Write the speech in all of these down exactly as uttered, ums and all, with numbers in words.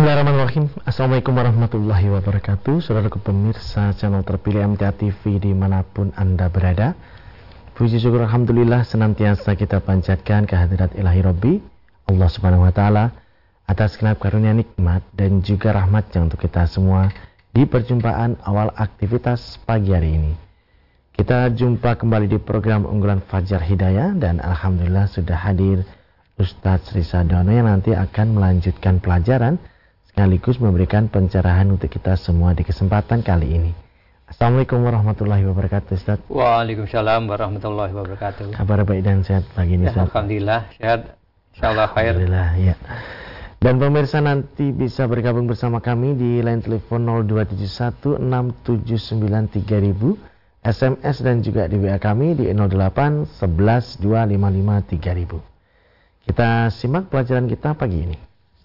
Bismillahirrahmanirrahim. Assalamualaikum warahmatullahi wabarakatuh. Saudara pemirsa channel terpilih M T A T V dimanapun Anda berada, puji syukur alhamdulillah senantiasa kita panjatkan kehadirat ilahi Rabbi Allah subhanahu wa ta'ala atas genap karunia nikmat dan juga rahmatnya untuk kita semua di perjumpaan awal aktivitas pagi hari ini. Kita jumpa kembali di program unggulan Fajar Hidayah dan alhamdulillah sudah hadir Ustadz Risadono yang nanti akan melanjutkan pelajaran sekaligus memberikan pencerahan untuk kita semua di kesempatan kali ini. Assalamualaikum warahmatullahi wabarakatuh, Ustaz. Waalaikumsalam warahmatullahi wabarakatuh. Kabar baik dan sehat pagi ini, Ustaz? Ya, alhamdulillah sehat. Insyaallah khair. Alhamdulillah, ya. Dan pemirsa nanti bisa bergabung bersama kami di line telepon nol dua tujuh satu enam tujuh sembilan tiga nol nol nol, S M S dan juga di W A kami di nol delapan satu satu dua lima lima tiga nol nol nol. Kita simak pelajaran kita pagi ini.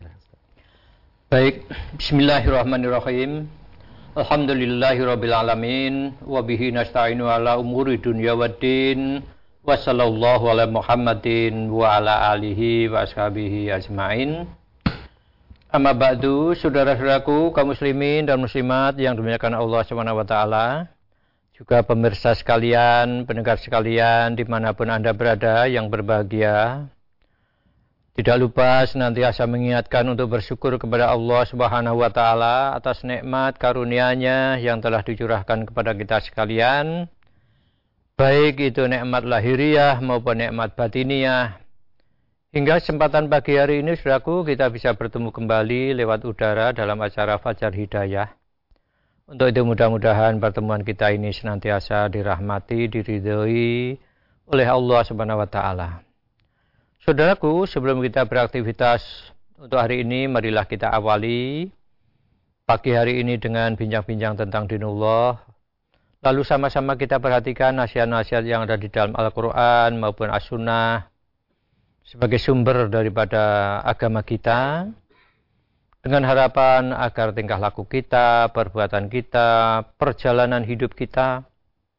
Baik, bismillahirrahmanirrahim. Alhamdulillahirabbil alamin wa bihi nasta'inu ala umuri dunya waddin. Wa sallallahu ala Muhammadin wa ala alihi wa ashabihi ajmain. Amma ba'du, saudara-saudaraku kaum muslimin dan muslimat yang dimuliakan Allah Subhanahu wa taala, juga pemirsa sekalian, pendengar sekalian dimanapun Anda berada yang berbahagia. Tidak lupa senantiasa mengingatkan untuk bersyukur kepada Allah Subhanahu wa taala atas nikmat karunia-Nya yang telah dicurahkan kepada kita sekalian, baik itu nikmat lahiriah maupun nikmat batiniah. Hingga kesempatan pagi hari ini, saudaraku, kita bisa bertemu kembali lewat udara dalam acara Fajar Hidayah. Untuk itu mudah-mudahan pertemuan kita ini senantiasa dirahmati, diridhoi oleh Allah Subhanahu wa taala. Saudaraku, sebelum kita beraktivitas untuk hari ini, marilah kita awali pagi hari ini dengan bincang-bincang tentang dinullah. Lalu sama-sama kita perhatikan nasihat-nasihat yang ada di dalam Al-Quran maupun As-Sunnah sebagai sumber daripada agama kita, dengan harapan agar tingkah laku kita, perbuatan kita, perjalanan hidup kita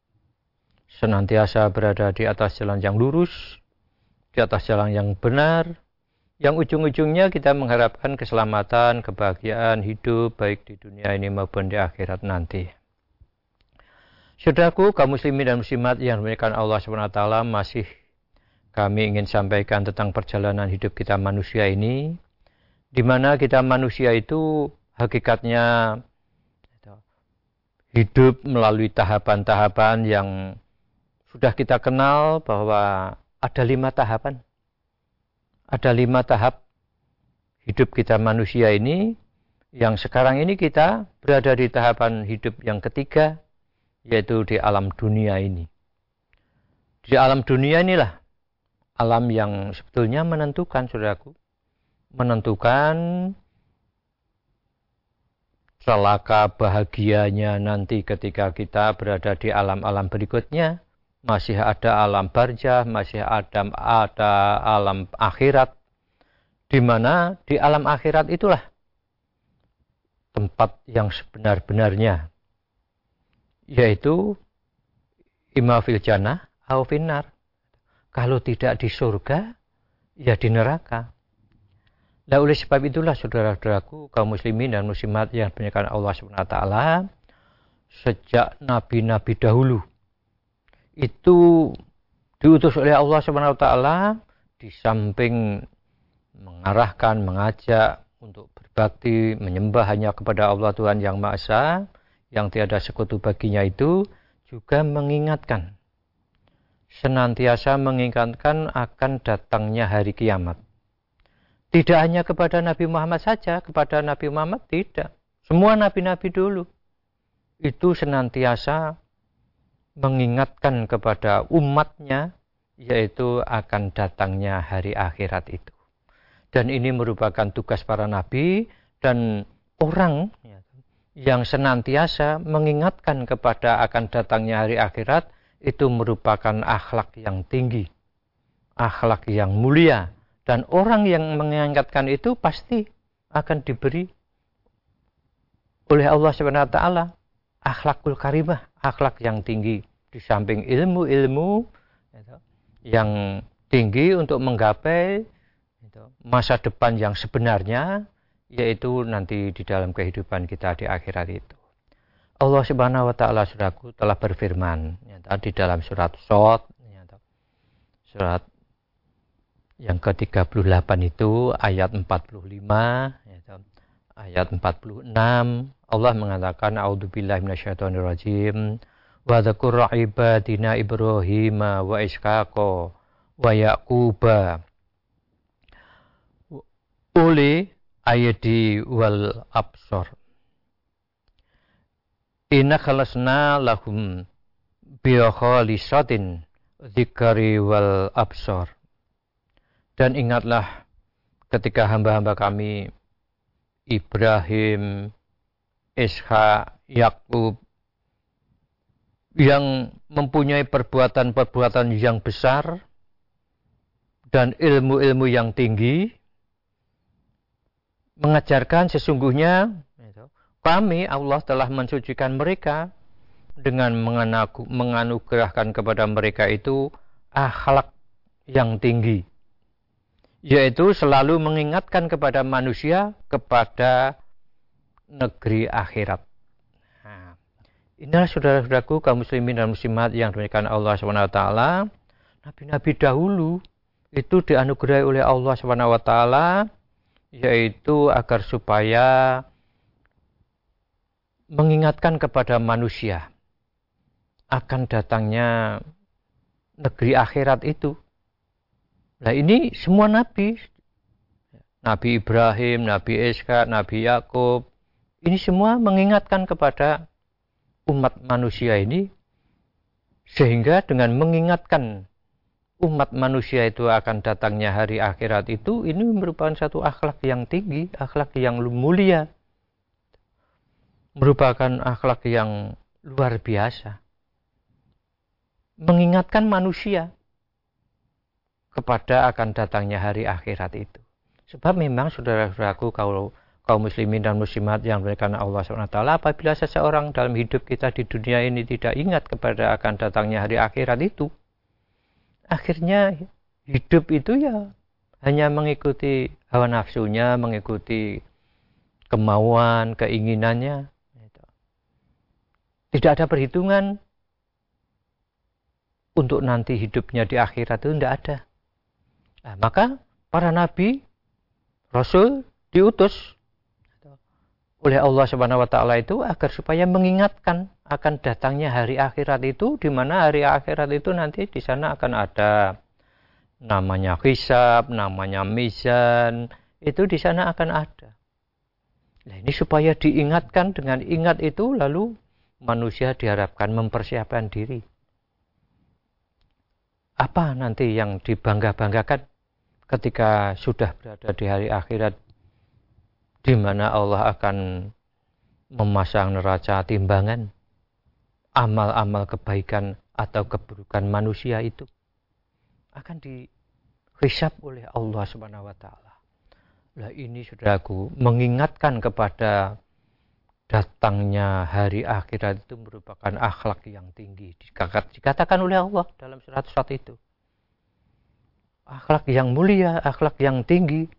senantiasa berada di atas jalan yang lurus, di atas jalan yang benar, yang ujung-ujungnya kita mengharapkan keselamatan, kebahagiaan hidup baik di dunia ini maupun di akhirat nanti. Saudaraku, kaum muslimin dan muslimat yang dimuliakan Allah subhanahu wa taala, masih kami ingin sampaikan tentang perjalanan hidup kita manusia ini, di mana kita manusia itu hakikatnya hidup melalui tahapan-tahapan yang sudah kita kenal bahwa ada lima tahapan. Ada lima tahap hidup kita manusia ini, yang sekarang ini kita berada di tahapan hidup yang ketiga, yaitu di alam dunia ini. Di alam dunia inilah alam yang sebetulnya menentukan, saudaraku. Menentukan celaka bahagianya nanti ketika kita berada di alam-alam berikutnya. Masih ada alam barzah, masih ada, ada alam akhirat, di mana di alam akhirat itulah tempat yang sebenar-benarnya, yaitu imma fil jannah au finnar. Kalau tidak di surga, ya di neraka. Nah, oleh sebab itulah saudara-saudaraku kaum muslimin dan muslimat yang dimuliakan Allah Subhanahu wa taala, sejak nabi-nabi dahulu itu diutus oleh Allah Subhanahu wa taala, di samping mengarahkan, mengajak untuk berbakti, menyembah hanya kepada Allah Tuhan yang Maha Esa, yang tiada sekutu baginya, itu juga mengingatkan, senantiasa mengingatkan akan datangnya hari kiamat. Tidak hanya kepada Nabi Muhammad saja, kepada Nabi Muhammad tidak. Semua nabi-nabi dulu itu senantiasa mengingatkan kepada umatnya, yaitu akan datangnya hari akhirat itu. Dan ini merupakan tugas para nabi dan orang yang senantiasa mengingatkan kepada akan datangnya hari akhirat, itu merupakan akhlak yang tinggi, akhlak yang mulia. Dan orang yang mengingatkan itu pasti akan diberi oleh Allah subhanahu wa taala akhlakul karimah, akhlak yang tinggi, di samping ilmu-ilmu yang tinggi untuk menggapai masa depan yang sebenarnya, yaitu nanti di dalam kehidupan kita di akhirat itu. Allah Subhanahu wa taala saudaraku telah berfirman ya, di dalam surat Shad ya, surat yang ke tiga puluh delapan itu ayat empat puluh lima ya, ayat empat puluh enam Allah mengatakan a'udzubillahi minasyaitonirrajim wa dzkur ibadina Ibrahim wa Ishaqa wa Yaquba uli aydi wal absar inna khalasna lahum bi khalisatin dzikri wal absar. Dan ingatlah ketika hamba-hamba kami Ibrahim, Ishak, Yakub yang mempunyai perbuatan-perbuatan yang besar dan ilmu-ilmu yang tinggi, mengajarkan sesungguhnya kami Allah telah mensucikan mereka dengan menganugerahkan kepada mereka itu akhlak yang tinggi, yaitu selalu mengingatkan kepada manusia kepada negeri akhirat. Nah, inilah saudara-saudaraku kaum muslimin dan muslimat yang dimuliakan Allah subhanahu wa taala. Nabi-nabi dahulu itu dianugerahi oleh Allah subhanahu wa taala yaitu agar supaya mengingatkan kepada manusia akan datangnya negeri akhirat itu. Nah ini semua nabi, Nabi Ibrahim, Nabi Ishak, Nabi Yakub, ini semua mengingatkan kepada umat manusia ini, sehingga dengan mengingatkan umat manusia itu akan datangnya hari akhirat itu, ini merupakan satu akhlak yang tinggi, akhlak yang mulia, merupakan akhlak yang luar biasa. Mengingatkan manusia kepada akan datangnya hari akhirat itu. Sebab memang saudara-saudaraku kalau kaum muslimin dan muslimat yang dimuliakan Allah subhanahu wa taala, apabila seseorang dalam hidup kita di dunia ini tidak ingat kepada akan datangnya hari akhirat itu, akhirnya hidup itu ya hanya mengikuti hawa nafsunya, mengikuti kemauan, keinginannya. Tidak ada perhitungan untuk nanti hidupnya di akhirat itu tidak ada. Nah, maka para nabi, rasul diutus oleh Allah Subhanahu wa taala itu agar supaya mengingatkan akan datangnya hari akhirat itu, di mana hari akhirat itu nanti di sana akan ada namanya hisab, namanya mizan, itu di sana akan ada. Nah, ini supaya diingatkan, dengan ingat itu lalu manusia diharapkan mempersiapkan diri. Apa nanti yang dibangga-banggakan ketika sudah berada di hari akhirat, di mana Allah akan memasang neraca timbangan amal-amal kebaikan atau keburukan manusia itu akan dihisab oleh Allah Subhanahu wa taala. Lah ini saudaraku mengingatkan kepada datangnya hari akhirat itu merupakan akhlak yang tinggi. Dikatakan oleh Allah dalam surat-surat itu. Akhlak yang mulia, akhlak yang tinggi.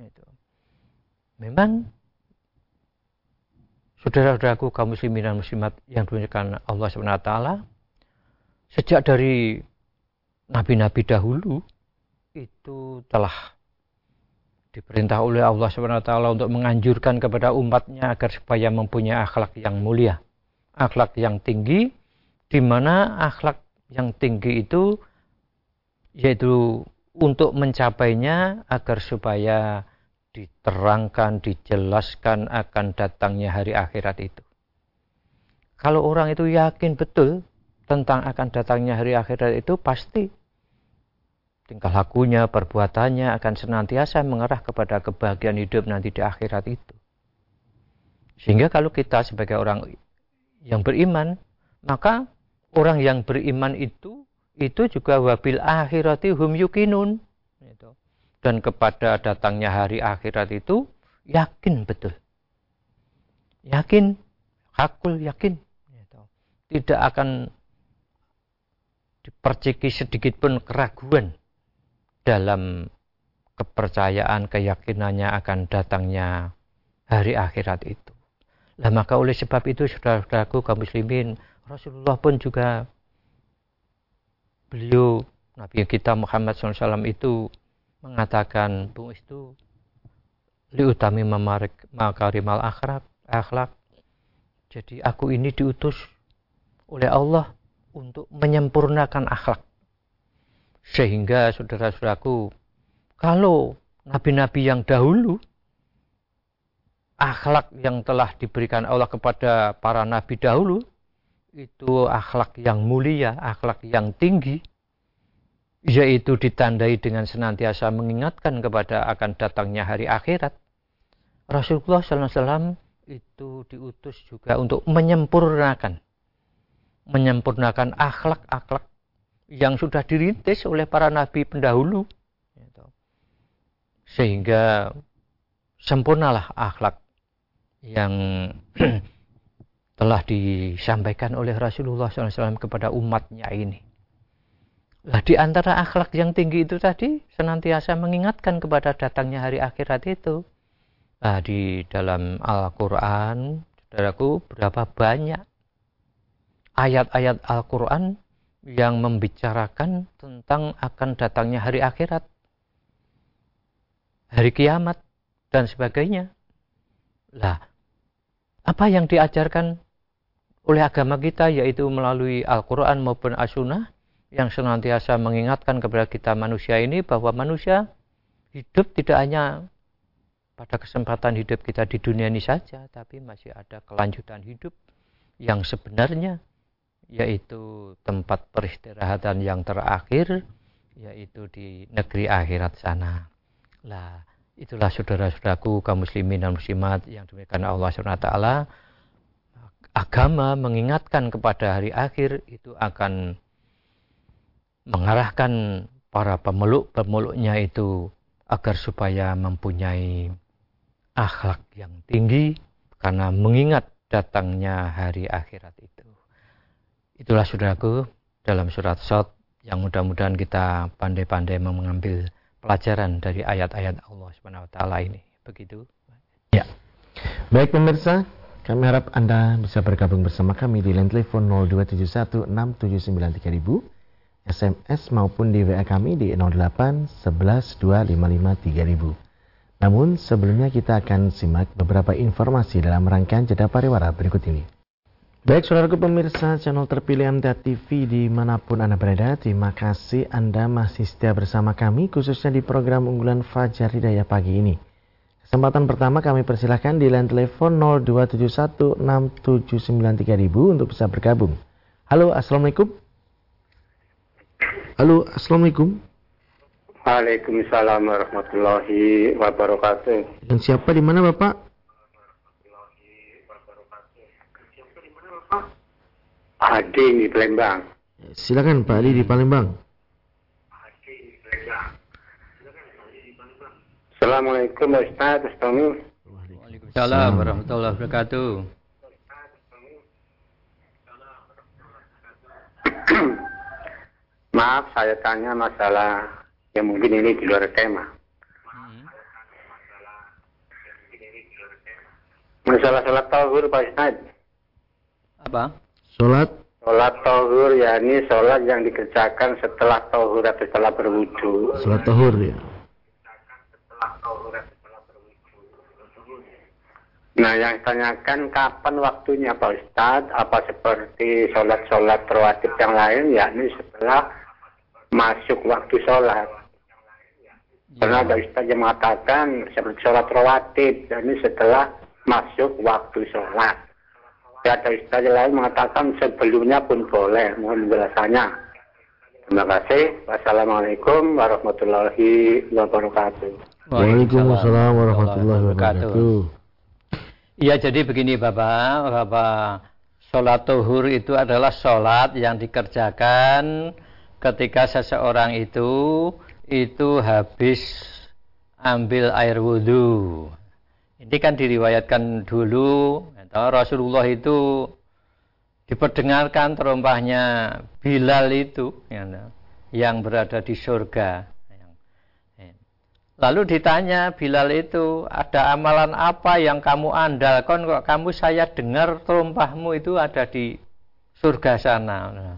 Memang saudara-saudaraku kaum muslimin dan muslimat yang dimuliakan Allah subhanahu wa taala, sejak dari nabi-nabi dahulu itu telah diperintah oleh Allah subhanahu wa taala untuk menganjurkan kepada umatnya agar supaya mempunyai akhlak yang mulia, akhlak yang tinggi, di mana akhlak yang tinggi itu yaitu untuk mencapainya agar supaya diterangkan, dijelaskan akan datangnya hari akhirat itu. Kalau orang itu yakin betul tentang akan datangnya hari akhirat itu, pasti tingkah lakunya, perbuatannya akan senantiasa mengarah kepada kebahagiaan hidup nanti di akhirat itu. Sehingga kalau kita sebagai orang yang beriman, maka orang yang beriman itu itu juga wabil akhirati hum yukinun. Dan kepada datangnya hari akhirat itu yakin betul. Yakin, hakul yakin. Tidak akan diperciki sedikit pun keraguan dalam kepercayaan, keyakinannya akan datangnya hari akhirat itu. Lah maka oleh sebab itu saudara-saudaraku kaum muslimin, Rasulullah pun juga beliau Nabi kita Muhammad shallallahu alaihi wasallam itu mengatakan bung itu liutami memarik makarimal akhlak akhlak. Jadi aku ini diutus oleh Allah untuk menyempurnakan akhlak. Sehingga saudara-saudaraku, kalau nabi-nabi yang dahulu akhlak yang telah diberikan Allah kepada para nabi dahulu itu akhlak yang mulia, akhlak yang tinggi, yaitu ditandai dengan senantiasa mengingatkan kepada akan datangnya hari akhirat. Rasulullah shallallahu alaihi wasallam itu diutus juga untuk menyempurnakan menyempurnakan akhlak-akhlak yang sudah dirintis oleh para nabi pendahulu, sehingga sempurnalah akhlak yang telah disampaikan oleh Rasulullah shallallahu alaihi wasallam kepada umatnya ini. Nah, di antara akhlak yang tinggi itu tadi senantiasa mengingatkan kepada datangnya hari akhirat itu. Nah, di dalam Al-Quran, saudaraku, berapa banyak ayat-ayat Al-Quran yang membicarakan tentang akan datangnya hari akhirat, hari kiamat, dan sebagainya. Lah, apa yang diajarkan oleh agama kita, yaitu melalui Al-Quran maupun As-Sunnah, yang senantiasa mengingatkan kepada kita manusia ini bahwa manusia hidup tidak hanya pada kesempatan hidup kita di dunia ini saja, tapi masih ada kelanjutan hidup yang sebenarnya, yaitu tempat peristirahatan yang terakhir, yaitu di negeri akhirat sana. Lah, itulah saudara-saudaraku kaum muslimin dan muslimat yang dimuliakan Allah subhanahu wa taala. Agama mengingatkan kepada hari akhir itu akan mengarahkan para pemeluk-pemeluknya itu agar supaya mempunyai akhlak yang tinggi karena mengingat datangnya hari akhirat itu. Itulah saudaraku dalam surat Shad yang mudah-mudahan kita pandai-pandai mengambil pelajaran dari ayat-ayat Allah Subhanahu wa taala ini. Begitu. Ya. Baik pemirsa, kami harap Anda bisa bergabung bersama kami di line telepon nol dua tujuh satu enam tujuh sembilan tiga nol nol nol, S M S maupun di W A kami di nol delapan sebelas dua lima lima tiga nol nol nol. Namun sebelumnya kita akan simak beberapa informasi dalam rangkaian jeda pariwara berikut ini. Baik saudaraku pemirsa channel terpilih M T A T V dimanapun Anda berada, terima kasih Anda masih setia bersama kami khususnya di program unggulan Fajar Hidayah pagi ini. Kesempatan pertama kami persilahkan di line telepon nol dua tujuh satu enam tujuh sembilan tiga nol nol nol untuk bisa bergabung. Halo, Assalamualaikum. Halo, Assalamualaikum. Waalaikumsalam warahmatullahi wabarakatuh. Dan siapa di mana Bapak? Adi di Palembang. Silakan Pak Adi di Palembang. Assalamualaikum Ustaz. Waalaikumsalam warahmatullahi wabarakatuh. Maaf, saya tanya masalah yang mungkin ini di luar tema. Hmm. Masalah sholat tauhur Pak Ustaz. Apa? Sholat Sholat tauhur yakni sholat yang dikerjakan setelah tauhur atau setelah berwudu. Sholat tauhur ya. Nah, yang ditanyakan kapan waktunya Pak Ustaz? Apa seperti sholat-sholat rawatib yang lain, yakni setelah masuk waktu sholat? Karena ada Ustaz yang mengatakan seperti sholat rawatib, yakni setelah masuk waktu sholat. Ya, ada Ustaz yang lain mengatakan sebelumnya pun boleh. Mohon penjelasannya. Terima kasih. Wassalamualaikum warahmatullahi wabarakatuh. Waalaikumsalam warahmatullahi wabarakatuh. Iya, jadi begini Bapak, Bapak, sholat zuhur itu adalah sholat yang dikerjakan ketika seseorang itu itu habis ambil air wudhu. Ini kan diriwayatkan dulu, Rasulullah itu diperdengarkan terompahnya Bilal itu yang berada di surga. Lalu ditanya Bilal itu, ada amalan apa yang kamu andalkan kok kamu saya dengar terumpahmu itu ada di surga sana.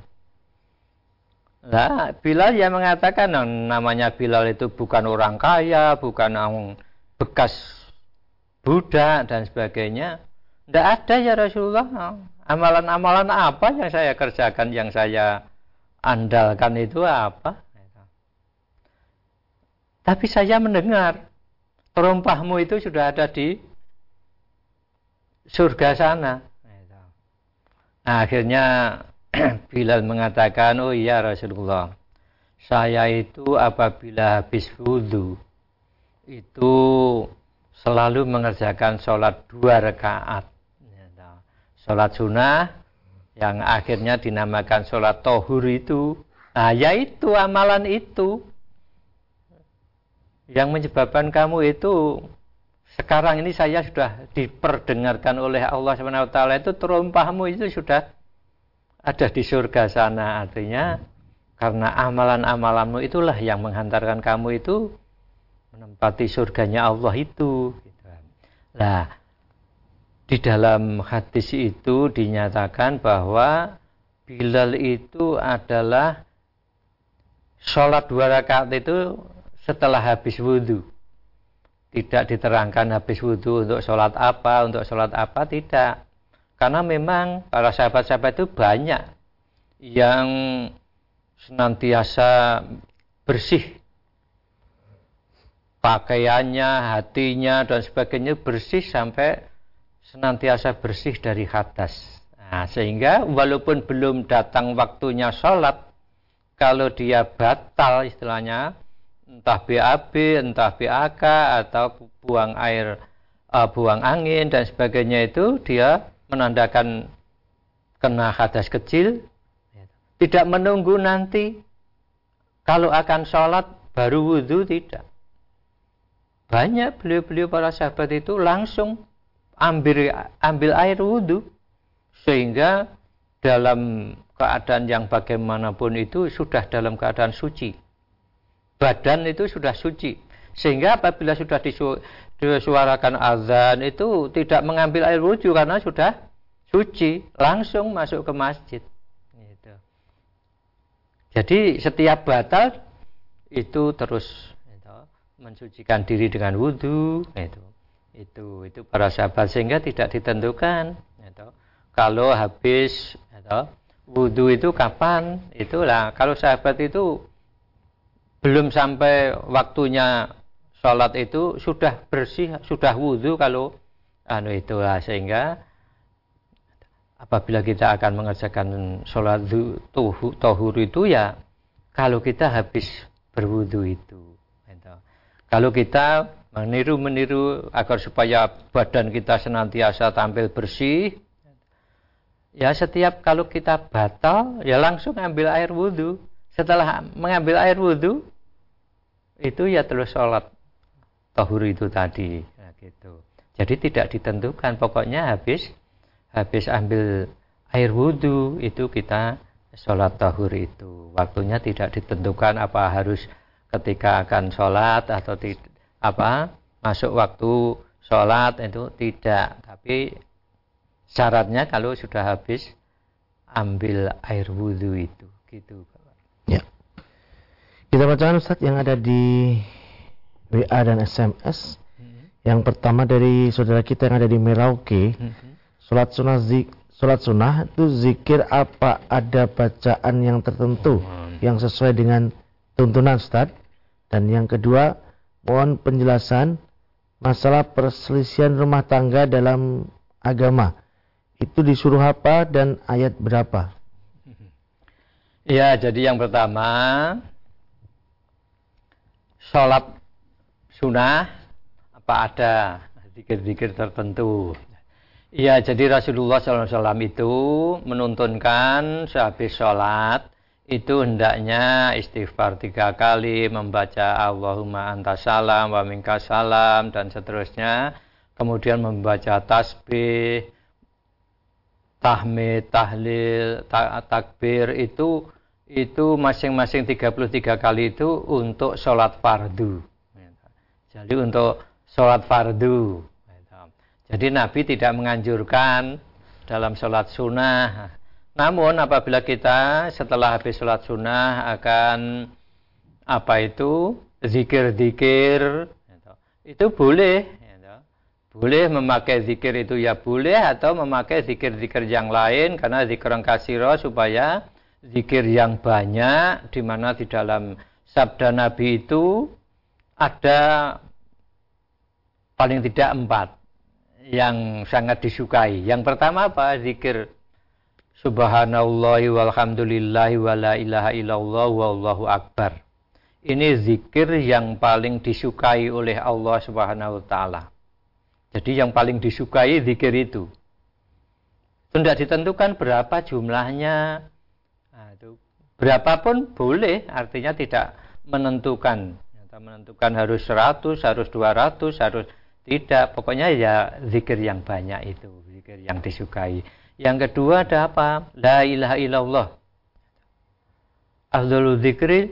Nah, Bilal yang mengatakan namanya Bilal itu bukan orang kaya, bukan orang bekas budak dan sebagainya. Tidak ada ya Rasulullah. Amalan-amalan apa yang saya kerjakan, yang saya andalkan itu apa? Tapi saya mendengar terumpahmu itu sudah ada di surga sana. Nah, akhirnya Bilal mengatakan, oh iya Rasulullah, saya itu apabila habis wudhu itu selalu mengerjakan sholat dua rakaat. Sholat sunnah yang akhirnya dinamakan sholat tohur itu. Nah, yaitu amalan itu yang menyebabkan kamu itu sekarang ini saya sudah diperdengarkan oleh Allah subhanahu wa taala itu terumpahmu itu sudah ada di surga sana. Artinya karena amalan-amalanmu itulah yang menghantarkan kamu itu menempati surganya Allah itu. Nah, di dalam hadis itu dinyatakan bahwa Bilal itu adalah sholat dua rakaat itu setelah habis wudhu. Tidak diterangkan habis wudhu untuk sholat apa, untuk sholat apa, tidak. Karena memang para sahabat-sahabat itu banyak yang senantiasa bersih. Pakaiannya, hatinya, dan sebagainya bersih sampai senantiasa bersih dari hadas. Nah, sehingga walaupun belum datang waktunya sholat, kalau dia batal istilahnya, entah B A B, entah B A K, atau buang air, uh, buang angin dan sebagainya itu dia menandakan kena hadas kecil, tidak menunggu nanti kalau akan sholat baru wudhu, tidak. Banyak beliau-beliau para sahabat itu langsung ambil ambil air wudhu, sehingga dalam keadaan yang bagaimanapun itu sudah dalam keadaan suci. Badan itu sudah suci, sehingga apabila sudah disu, disuarakan azan itu tidak mengambil air wudhu karena sudah suci, langsung masuk ke masjid. Gitu. Jadi setiap batal itu terus gitu, mensucikan diri dengan wudhu. Gitu. Itu itu para sahabat, sehingga tidak ditentukan. Gitu. Kalau habis gitu, wudhu itu kapan? Itulah kalau sahabat itu belum sampai waktunya sholat itu sudah bersih, sudah wudhu kalau anu itulah, sehingga apabila kita akan mengerjakan sholat tohur itu ya kalau kita habis berwudhu itu. Kalau kita meniru-meniru agar supaya badan kita senantiasa tampil bersih, ya setiap kalau kita batal ya langsung ambil air wudhu. Setelah mengambil air wudhu itu ya terus sholat tohur itu tadi, nah, gitu. Jadi tidak ditentukan, pokoknya habis habis ambil air wudhu itu kita sholat tohur itu. Waktunya tidak ditentukan apa harus ketika akan sholat atau tidak, apa masuk waktu sholat itu tidak. Tapi syaratnya kalau sudah habis ambil air wudhu itu, gitu. Ya. Kita bacakan Ustaz yang ada di W A dan S M S. Hmm. Yang pertama dari saudara kita yang ada di Merauke. Hmm. Salat sunnah zik, salat sunnah itu zikir apa ada bacaan yang tertentu hmm. yang sesuai dengan tuntunan Ustaz? Dan yang kedua, mohon penjelasan masalah perselisihan rumah tangga dalam agama. Itu disuruh apa dan ayat berapa? Ya, jadi yang pertama sholat sunnah apa ada zikir-zikir tertentu. Ya, jadi Rasulullah shallallahu alaihi wasallam itu menuntunkan sehabis sholat itu hendaknya istighfar tiga kali, membaca Allahumma anta salam wa minka salam dan seterusnya. Kemudian membaca tasbih, tahmid, tahlil, takbir itu itu masing-masing tiga puluh tiga kali itu untuk sholat fardu. Jadi untuk sholat fardu. Jadi Nabi tidak menganjurkan dalam sholat sunnah. Namun apabila kita setelah habis sholat sunnah akan apa itu zikir-zikir, itu boleh. Boleh memakai zikir itu ya boleh, atau memakai zikir-zikir yang lain, karena zikran kasiro supaya zikir yang banyak, di mana di dalam sabda Nabi itu ada paling tidak empat yang sangat disukai. Yang pertama apa? Zikir subhanallahi walhamdulillahi wa la ilaha illallah wallahu akbar. Ini zikir yang paling disukai oleh Allah Subhanahu wa taala. Jadi yang paling disukai zikir itu. Itu tidak ditentukan berapa jumlahnya. Nah, itu berapapun boleh, artinya tidak menentukan. Menentukan harus seratus, harus dua ratus, harus tidak. Pokoknya ya zikir yang banyak itu, zikir yang disukai. Yang kedua ada apa? La ilaha illallah. Afdhalul zikri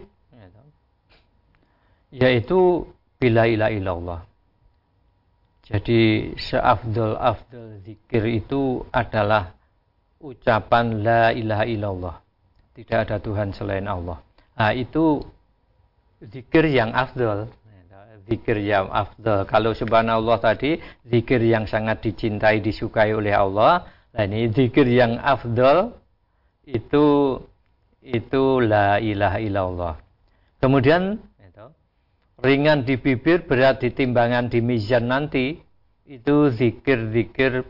yaitu bila ilaha illallah. Jadi seafdal-afdal zikir itu adalah ucapan la ilaha illallah. Tidak ada Tuhan selain Allah. Nah, itu zikir yang afdal. Zikir yang afdal. Kalau subhanallah tadi, zikir yang sangat dicintai, disukai oleh Allah. Nah, ini zikir yang afdal itu itu la ilaha illallah. Kemudian ringan di bibir, berat di timbangan di mizan nanti, itu zikir-zikir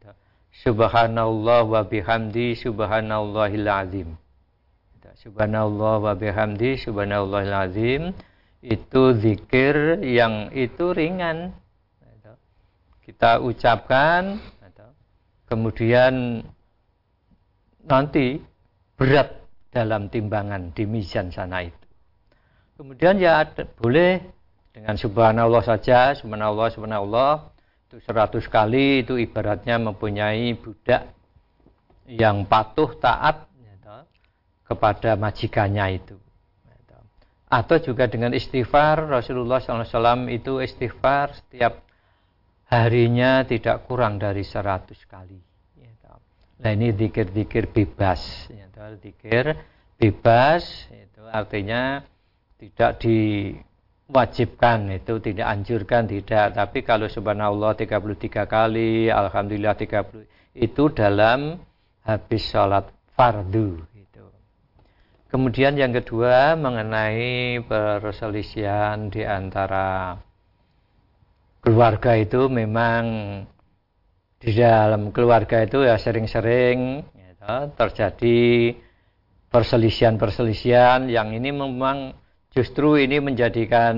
subhanallah wa bihamdi subhanallahil azim. Subhanallah wa bihamdi subhanallahil azim, itu zikir yang itu ringan. Kita ucapkan, kemudian nanti berat dalam timbangan di mizan sana itu. Kemudian ya ada, boleh dengan subhanallah saja, subhanallah, subhanallah, itu seratus kali, itu ibaratnya mempunyai budak yang patuh, taat ya, kepada majikannya itu. Ya, atau juga dengan istighfar, Rasulullah shallallahu alaihi wasallam itu istighfar setiap harinya tidak kurang dari seratus kali. Ya, nah ini zikir-zikir bebas, ya, zikir bebas, itu artinya tidak diwajibkan, itu tidak anjurkan, tidak. Tapi kalau subhanallah tiga puluh tiga kali, alhamdulillah tiga puluh, itu dalam habis sholat fardu. Itu. Kemudian yang kedua mengenai perselisihan di antara keluarga itu, memang di dalam keluarga itu ya sering-sering gitu, terjadi perselisihan-perselisihan yang ini memang justru ini menjadikan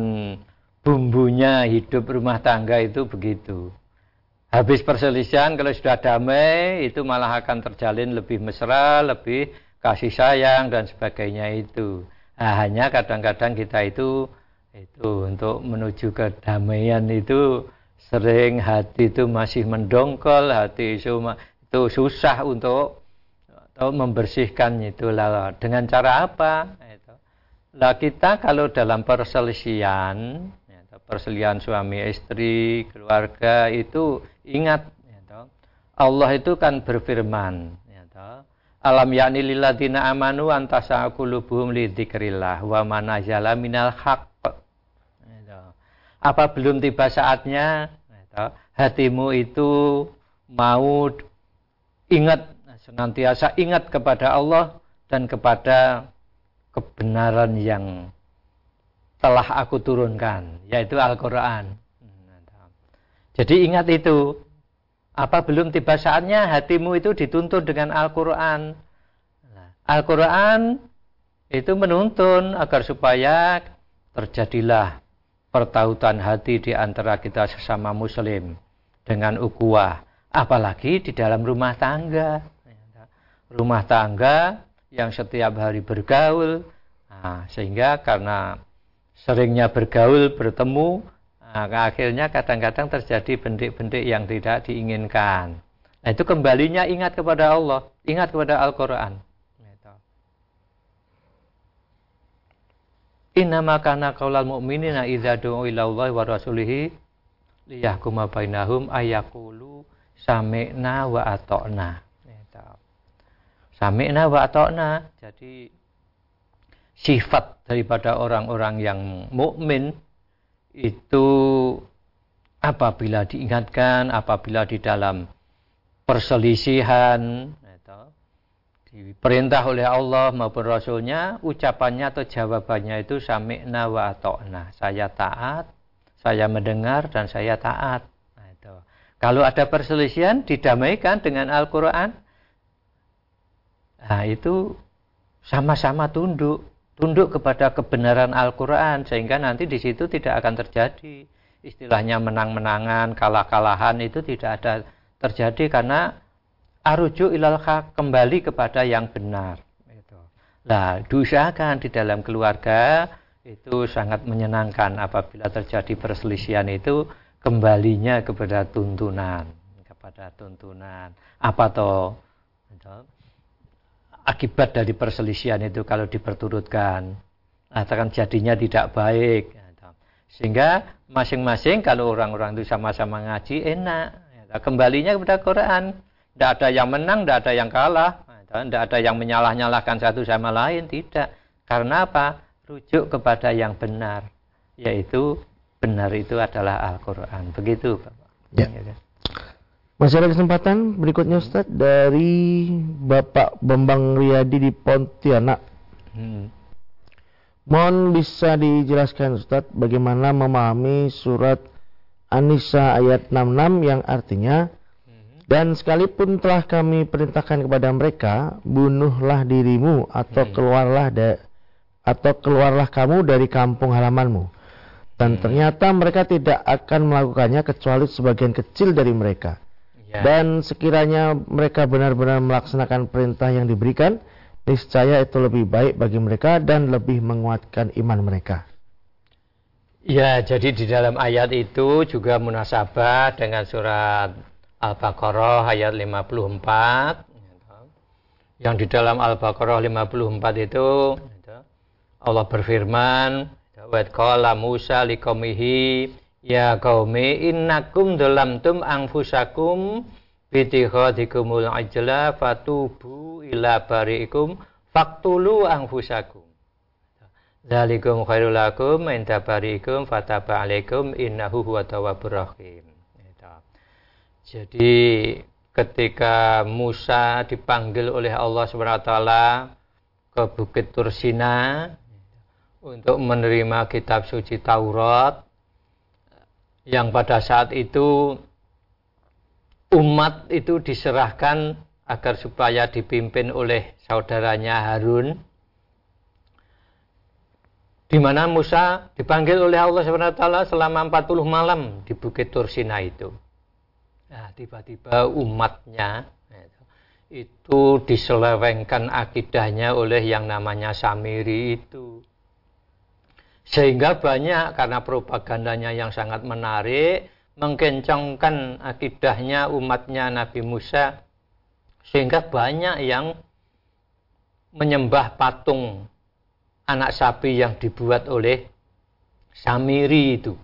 bumbunya hidup rumah tangga itu begitu. Habis perselisihan kalau sudah damai itu malah akan terjalin lebih mesra, lebih kasih sayang dan sebagainya itu. Nah, hanya kadang-kadang kita itu itu untuk menuju kedamaian itu sering hati itu masih mendongkol, hati itu, itu susah untuk, untuk membersihkan itu. Lalu dengan cara apa? Nah kita kalau dalam perselisihan, ya, perselisihan suami istri, keluarga itu ingat, ya, Allah itu kan berfirman, ya, alam yakni lilladzina amanu antas'a qulubuhum li dzikrillah wa manazala minal haqq. Ya, apa belum tiba saatnya, ya, hatimu itu mau ingat, senantiasa ingat kepada Allah dan kepada kebenaran yang telah aku turunkan, yaitu Al-Quran. Jadi ingat itu. Apa belum tiba saatnya hatimu itu dituntun dengan Al-Quran. Al-Quran itu menuntun agar supaya terjadilah pertautan hati di antara kita sesama muslim dengan ukhuwah. Apalagi di dalam rumah tangga. Rumah tangga yang setiap hari bergaul, nah, sehingga karena seringnya bergaul, bertemu, nah, akhirnya kadang-kadang terjadi bendik-bendik yang tidak diinginkan. Nah itu kembalinya ingat kepada Allah, ingat kepada Al-Quran. Innama kana qaulal mu'minina idza du'u ila Allahi wa rasulihi liyahkuma bainahum ayaqulu sami'na wa ata'na. Sami'na wa ata'na. Jadi sifat daripada orang-orang yang mukmin itu apabila diingatkan, apabila di dalam perselisihan, diperintah oleh Allah maupun Rasulnya, ucapannya atau jawabannya itu sami'na wa ata'na. Saya taat, saya mendengar, dan saya taat. Nah, itu. Kalau ada perselisihan, didamaikan dengan Al-Quran. Nah, itu sama-sama tunduk. Tunduk kepada kebenaran Al-Quran. Sehingga nanti di situ tidak akan terjadi. Istilahnya menang-menangan, kalah-kalahan itu tidak ada terjadi karena arujuk ilal haq, kembali kepada yang benar. Nah, diusahakan di dalam keluarga itu sangat menyenangkan apabila terjadi perselisihan itu kembalinya kepada tuntunan, kepada tuntunan. Apa toh akibat dari perselisihan itu kalau diperturutkan, akan jadinya tidak baik. Sehingga masing-masing kalau orang-orang itu sama-sama ngaji enak, kembalinya kepada Quran. Tidak ada yang menang, tidak ada yang kalah, tidak ada yang menyalah-nyalahkan satu sama lain, tidak. Karena apa? Rujuk kepada yang benar, yaitu benar itu adalah Al-Quran. Begitu, Bapak. Ya. Masih ada kesempatan berikutnya, Ustaz, dari Bapak Bambang Riyadi di Pontianak. Hmm. Mohon bisa dijelaskan, Ustaz, bagaimana memahami surat An-Nisa ayat enam puluh enam yang artinya, dan sekalipun telah kami perintahkan kepada mereka, bunuhlah dirimu atau keluarlah da- atau keluarlah kamu dari kampung halamanmu. Dan ternyata mereka tidak akan melakukannya kecuali sebagian kecil dari mereka. Ya. Dan sekiranya mereka benar-benar melaksanakan perintah yang diberikan, niscaya itu lebih baik bagi mereka dan lebih menguatkan iman mereka. Ya, jadi di dalam ayat itu juga munasabah dengan surat Al-Baqarah ayat lima puluh empat. Yang di dalam Al-Baqarah lima puluh empat itu Allah berfirman, wa qala Musa liqaumihi ya qaumi innakum dhalamtum anfusakum bitikhadikumul ajla fatubu ila bariikum faqtulu anfusakum. Dzalikum khairul lakum inda bariikum fataba alaikum innahu huwa tawwabur rahim. Jadi ketika Musa dipanggil oleh Allah subhanahu wa taala ke Bukit Tursina untuk menerima kitab suci Taurat, yang pada saat itu umat itu diserahkan agar supaya dipimpin oleh saudaranya Harun, di mana Musa dipanggil oleh Allah subhanahu wa taala selama empat puluh malam di Bukit Tursina itu. Nah, tiba-tiba umatnya itu diselewengkan akidahnya oleh yang namanya Samiri itu. Sehingga banyak karena propagandanya yang sangat menarik, mengkencangkan akidahnya umatnya Nabi Musa. Sehingga banyak yang menyembah patung anak sapi yang dibuat oleh Samiri itu.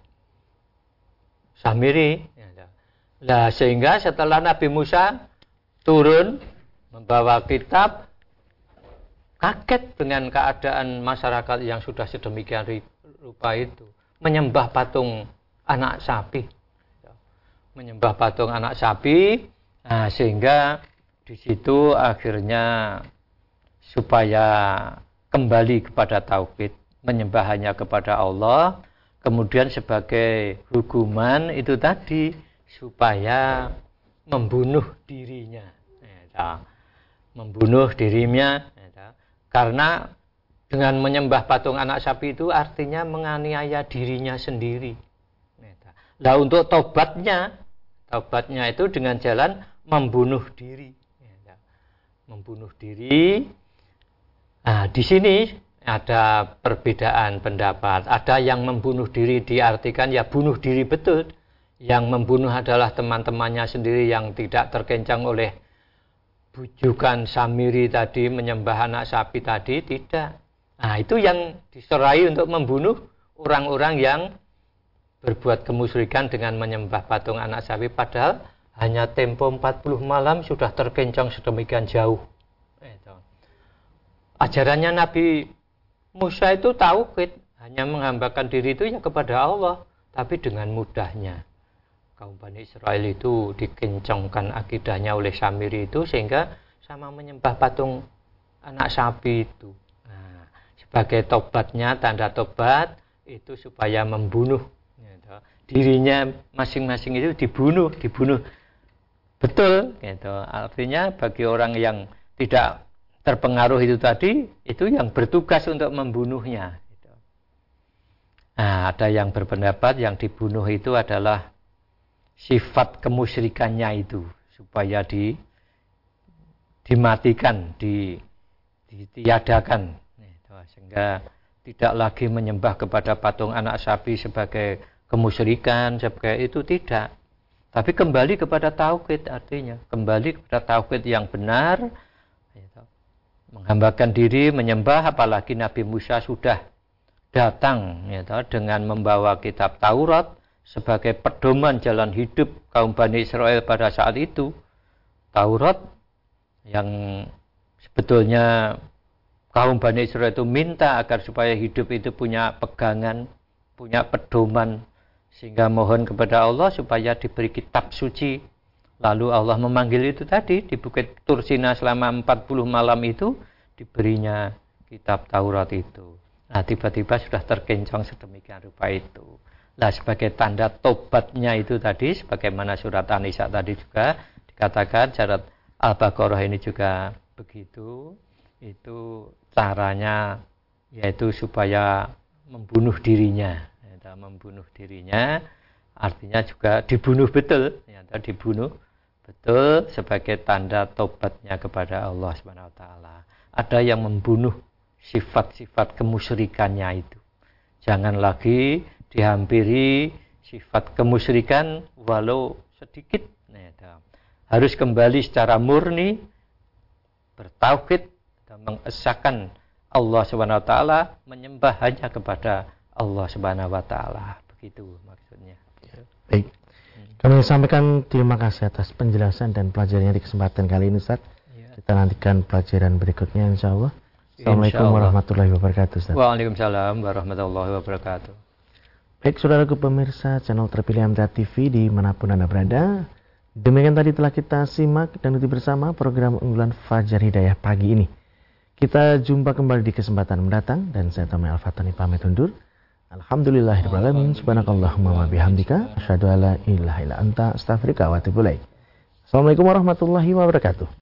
Samiri. Nah, sehingga setelah Nabi Musa turun membawa kitab, kaget dengan keadaan masyarakat yang sudah sedemikian rupa itu, menyembah patung anak sapi, menyembah patung anak sapi. Nah, sehingga di situ akhirnya supaya kembali kepada tauhid, menyembah hanya kepada Allah, kemudian sebagai hukuman itu tadi supaya membunuh dirinya, ya, membunuh dirinya, ya, karena dengan menyembah patung anak sapi itu artinya menganiaya dirinya sendiri. Ya. Nah, untuk tobatnya, tobatnya itu dengan jalan membunuh diri, ya, membunuh diri. Nah, di sini ada perbedaan pendapat. Ada yang membunuh diri diartikan ya bunuh diri betul. Yang membunuh adalah teman-temannya sendiri yang tidak terkencang oleh bujukan Samiri tadi, menyembah anak sapi tadi, tidak. Nah, itu yang diserai untuk membunuh orang-orang yang berbuat kemusyrikan dengan menyembah patung anak sapi, padahal hanya tempo empat puluh malam sudah terkencang sedemikian jauh. Ajarannya Nabi Musa itu tauhid, hanya menghambakan diri itu ya kepada Allah, tapi dengan mudahnya kaum Bani Israel itu dikencangkan akidahnya oleh Samiri itu sehingga sama menyembah patung anak sapi itu. Nah, sebagai tobatnya, tanda tobat itu supaya membunuh gitu. Dirinya masing-masing itu dibunuh, dibunuh betul gitu. Artinya bagi orang yang tidak terpengaruh itu tadi, itu yang bertugas untuk membunuhnya gitu. Nah, ada yang berpendapat yang dibunuh itu adalah sifat kemusyrikannya itu supaya di dimatikan, di ditiadakan gitu. Sehingga tidak lagi menyembah kepada patung anak sapi sebagai kemusyrikan, sebagai itu tidak. Tapi kembali kepada tauhid, artinya kembali kepada tauhid yang benar, gitu. Menghambakan diri, menyembah, apalagi Nabi Musa sudah datang gitu, dengan membawa kitab Taurat sebagai pedoman jalan hidup kaum Bani Israel pada saat itu. Taurat yang sebetulnya kaum Bani Israel itu minta agar supaya hidup itu punya pegangan, punya pedoman, sehingga mohon kepada Allah supaya diberi kitab suci. Lalu Allah memanggil itu tadi di Bukit Tursina selama empat puluh malam itu diberinya kitab Taurat itu. Nah, tiba-tiba sudah terkencang sedemikian rupa itu. Nah, sebagai tanda tobatnya itu tadi, sebagaimana surat An-Nisa tadi juga dikatakan, surat Al-Baqarah ini juga begitu. Itu caranya yaitu supaya membunuh dirinya, ya, membunuh dirinya, artinya juga dibunuh betul, ya, dibunuh betul sebagai tanda tobatnya kepada Allah Subhanahu Wa Taala. Ada yang membunuh sifat-sifat kemusyrikannya itu. Jangan lagi dihampiri sifat kemusyrikan walau sedikit, ya, harus kembali secara murni bertauhid dan mengesahkan Allah Subhanahu Wa Taala, menyembah hanya kepada Allah Subhanahu Wa Taala. Begitu maksudnya. Baik. Kami sampaikan terima kasih atas penjelasan dan pelajarannya di kesempatan kali ini, Ustaz. Ya. Kita nantikan pelajaran berikutnya insya Allah. Assalamualaikum warahmatullahi wabarakatuh, Ustaz. Waalaikumsalam warahmatullahi wabarakatuh. Baik, saudaraku pemirsa channel terpilih M T A T V dimanapun Anda berada. Demikian tadi telah kita simak dan ikuti bersama program unggulan Fajar Hidayah pagi ini. Kita jumpa kembali di kesempatan mendatang dan saya Tommy Al-Fatani pamit undur. Alhamdulillahirabbil alamin, subhanakallahumma wa bihamdika asyhadu alla ilaha illa anta astaghfiruka wa atubu ilaik. Assalamualaikum warahmatullahi wabarakatuh.